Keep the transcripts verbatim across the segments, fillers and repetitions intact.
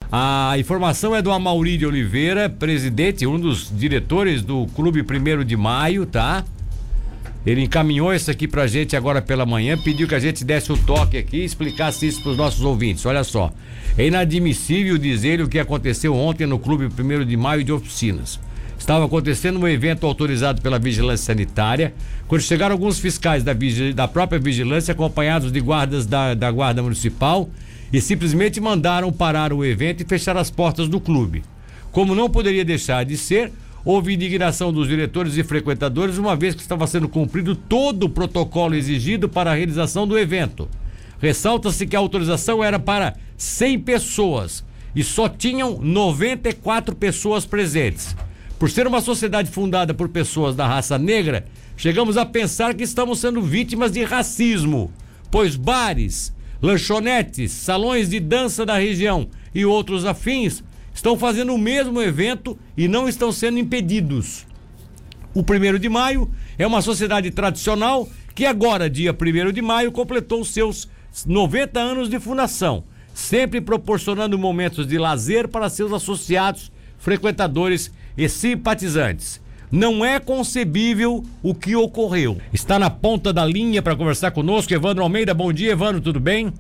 A informação é do Amaury de Oliveira, presidente, um dos diretores do Clube Primeiro de Maio, tá? Ele encaminhou isso aqui pra gente agora pela manhã, pediu que a gente desse o toque aqui e explicasse isso pros nossos ouvintes. Olha só, é inadmissível dizer o que aconteceu ontem no Clube Primeiro de Maio de Oficinas. Estava acontecendo um evento autorizado pela Vigilância Sanitária, quando chegaram alguns fiscais da, vigil... da própria Vigilância, acompanhados de guardas da, da Guarda Municipal, e simplesmente mandaram parar o evento e fechar as portas do clube. Como não poderia deixar de ser, houve indignação dos diretores e frequentadores, uma vez que estava sendo cumprido todo o protocolo exigido para a realização do evento. Ressalta-se que a autorização era para cem pessoas e só tinham noventa e quatro pessoas presentes. Por ser uma sociedade fundada por pessoas da raça negra, chegamos a pensar que estamos sendo vítimas de racismo, pois bares, lanchonetes, salões de dança da região e outros afins estão fazendo o mesmo evento e não estão sendo impedidos. O primeiro de maio é uma sociedade tradicional que agora, dia primeiro de maio, completou seus noventa anos de fundação, sempre proporcionando momentos de lazer para seus associados, frequentadores e simpatizantes. Não é concebível o que ocorreu. Está na ponta da linha para conversar conosco Evandro Almeida. Bom dia, Evandro, tudo bem?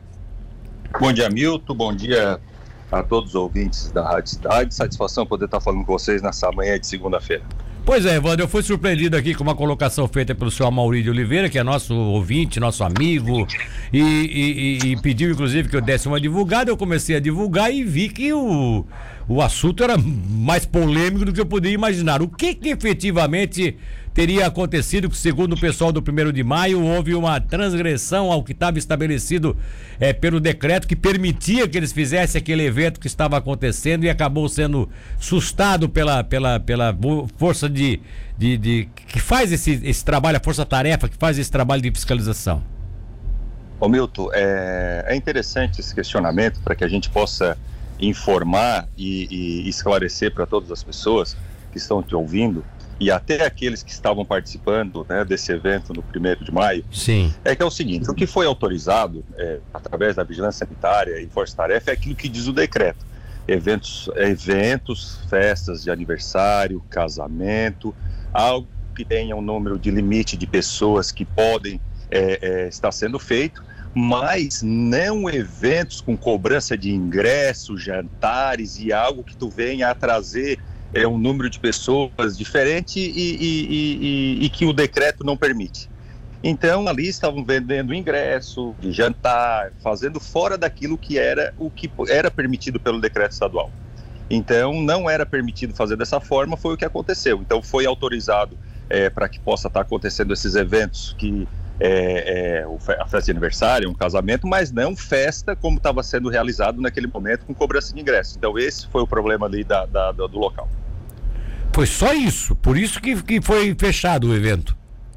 Bom dia, Milton, bom dia a todos os ouvintes da Rádio Cidade. Satisfação poder estar falando com vocês nessa manhã de segunda-feira. Pois é, Evandro, eu fui surpreendido aqui com uma colocação feita pelo senhor Amaury de Oliveira, que é nosso ouvinte, nosso amigo, e, e, e pediu inclusive que eu desse uma divulgada. Eu comecei a divulgar e vi que o, o assunto era mais polêmico do que eu poderia imaginar. O que que efetivamente teria acontecido que, segundo o pessoal do primeiro de maio, houve uma transgressão ao que estava estabelecido é, pelo decreto que permitia que eles fizessem aquele evento que estava acontecendo e acabou sendo sustado pela, pela, pela força de, de, de que faz esse, esse trabalho, a força-tarefa que faz esse trabalho de fiscalização. Ô Milton, é, é interessante esse questionamento para que a gente possa informar e, e esclarecer para todas as pessoas que estão te ouvindo e até aqueles que estavam participando, né, desse evento no primeiro de maio. Sim. É que é o seguinte, o que foi autorizado é, através da Vigilância Sanitária e Força-Tarefa é aquilo que diz o decreto. Eventos, eventos, festas de aniversário, casamento, algo que tenha um número de limite de pessoas que podem é, é, estar sendo feito, mas não eventos com cobrança de ingresso, jantares e algo que tu venha a trazer é, um número de pessoas diferente e, e, e, e, e que o decreto não permite. Então ali estavam vendendo ingresso, de jantar, fazendo fora daquilo que era o que era permitido pelo decreto estadual. Então não era permitido fazer dessa forma, foi o que aconteceu. Então foi autorizado é, para que possa estar acontecendo esses eventos que é, é, a festa de aniversário, um casamento, mas não festa como estava sendo realizado naquele momento com cobrança de ingresso. Então esse foi o problema ali da, da, do, do local. Foi só isso? Por isso que, que foi fechado o evento?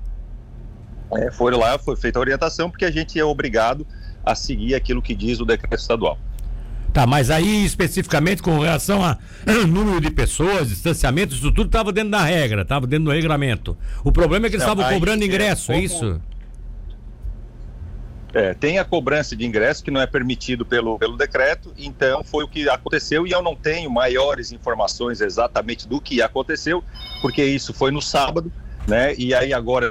É, foi lá, foi feita a orientação, porque a gente é obrigado a seguir aquilo que diz o decreto estadual. Tá, mas aí especificamente com relação a número de pessoas, distanciamento, isso tudo estava dentro da regra, estava dentro do regulamento. O problema é que eles estavam cobrando ingresso, é, como... é isso? É, tem a cobrança de ingresso que não é permitido pelo, pelo decreto, então foi o que aconteceu e eu não tenho maiores informações exatamente do que aconteceu, porque isso foi no sábado, né, e aí agora...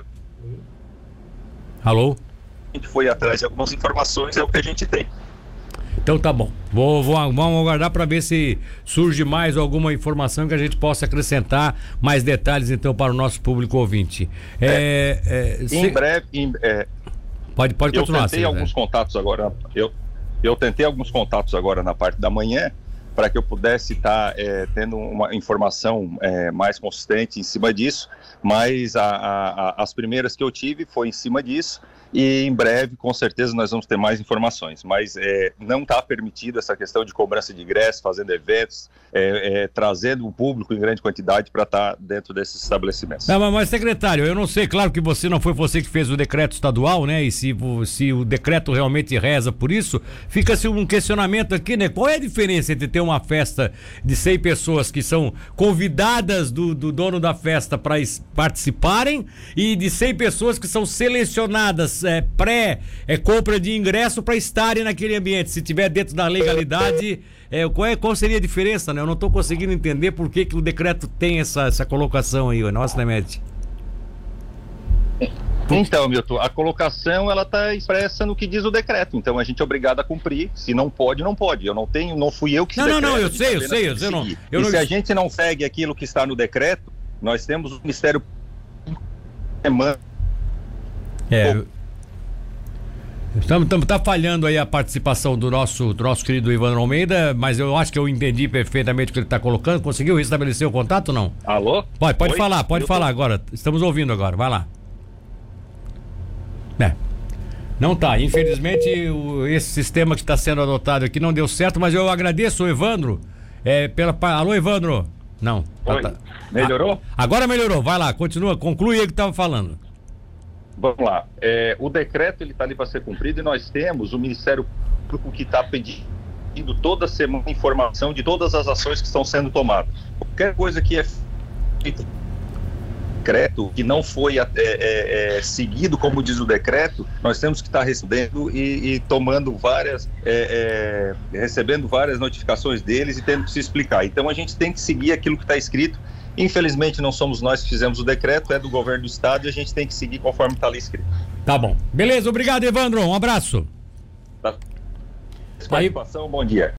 Alô? A gente foi atrás de algumas informações, é o que a gente tem. Então tá bom, vou, vou, vamos aguardar para ver se surge mais alguma informação que a gente possa acrescentar mais detalhes então para o nosso público ouvinte. É, é, em se... breve... Em, é... Pode, pode continuar. Eu tentei assim, alguns né? contatos agora, eu, eu tentei alguns contatos agora na parte da manhã para que eu pudesse estar tá, é, tendo uma informação é, mais consistente em cima disso, mas a, a, as primeiras que eu tive foi em cima disso e em breve com certeza nós vamos ter mais informações, mas é, não está permitido essa questão de cobrança de ingresso, fazendo eventos, é, é, trazendo o público em grande quantidade para estar tá dentro desses estabelecimentos. Não, mas secretário, eu não sei, claro que você não foi você que fez o decreto estadual, né, e se, se o decreto realmente reza por isso, fica-se um questionamento aqui, né, qual é a diferença entre ter uma festa de cem pessoas que são convidadas do, do dono da festa para participarem e de cem pessoas que são selecionadas é, pré é, compra de ingresso para estarem naquele ambiente. Se tiver dentro da legalidade, é, qual, é, qual seria a diferença, né? Eu não estou conseguindo entender por que, que o decreto tem essa, essa colocação aí, nossa, né, Mete? Então, Milton, a colocação ela está expressa no que diz o decreto, então a gente é obrigado a cumprir. Se não pode, não pode. Eu não tenho, não fui eu que Não, não, não, eu sei, eu sei, eu sei, não. Eu e não... se a gente não segue aquilo que está no decreto, nós temos o Ministério Público. É. Estamos, estamos, tá falhando aí a participação do nosso, do nosso querido Evandro Almeida, mas eu acho que eu entendi perfeitamente o que ele está colocando. Conseguiu restabelecer o contato ou não? Alô? Pode, pode Oi? falar, pode Milton? falar agora. Estamos ouvindo agora, vai lá. É. Não tá, infelizmente o, esse sistema que está sendo adotado aqui não deu certo, mas eu agradeço o Evandro é, pela... Alô, Evandro? Não. Oi. Tá, tá. Melhorou? Ah, agora melhorou, vai lá, continua, conclui aí o que estava falando. Vamos lá, é, o decreto ele está ali para ser cumprido e nós temos o Ministério Público que está pedindo toda semana informação de todas as ações que estão sendo tomadas. Qualquer coisa que é feita decreto que não foi é, é, é, seguido como diz o decreto, nós temos que estar recebendo e, e tomando várias, é, é, recebendo várias notificações deles e tendo que se explicar. Então a gente tem que seguir aquilo que está escrito. Infelizmente não somos nós que fizemos o decreto, é do governo do estado e a gente tem que seguir conforme está ali escrito. Tá bom. Beleza, obrigado, Evandro. Um abraço. Tá. Participação, bom dia.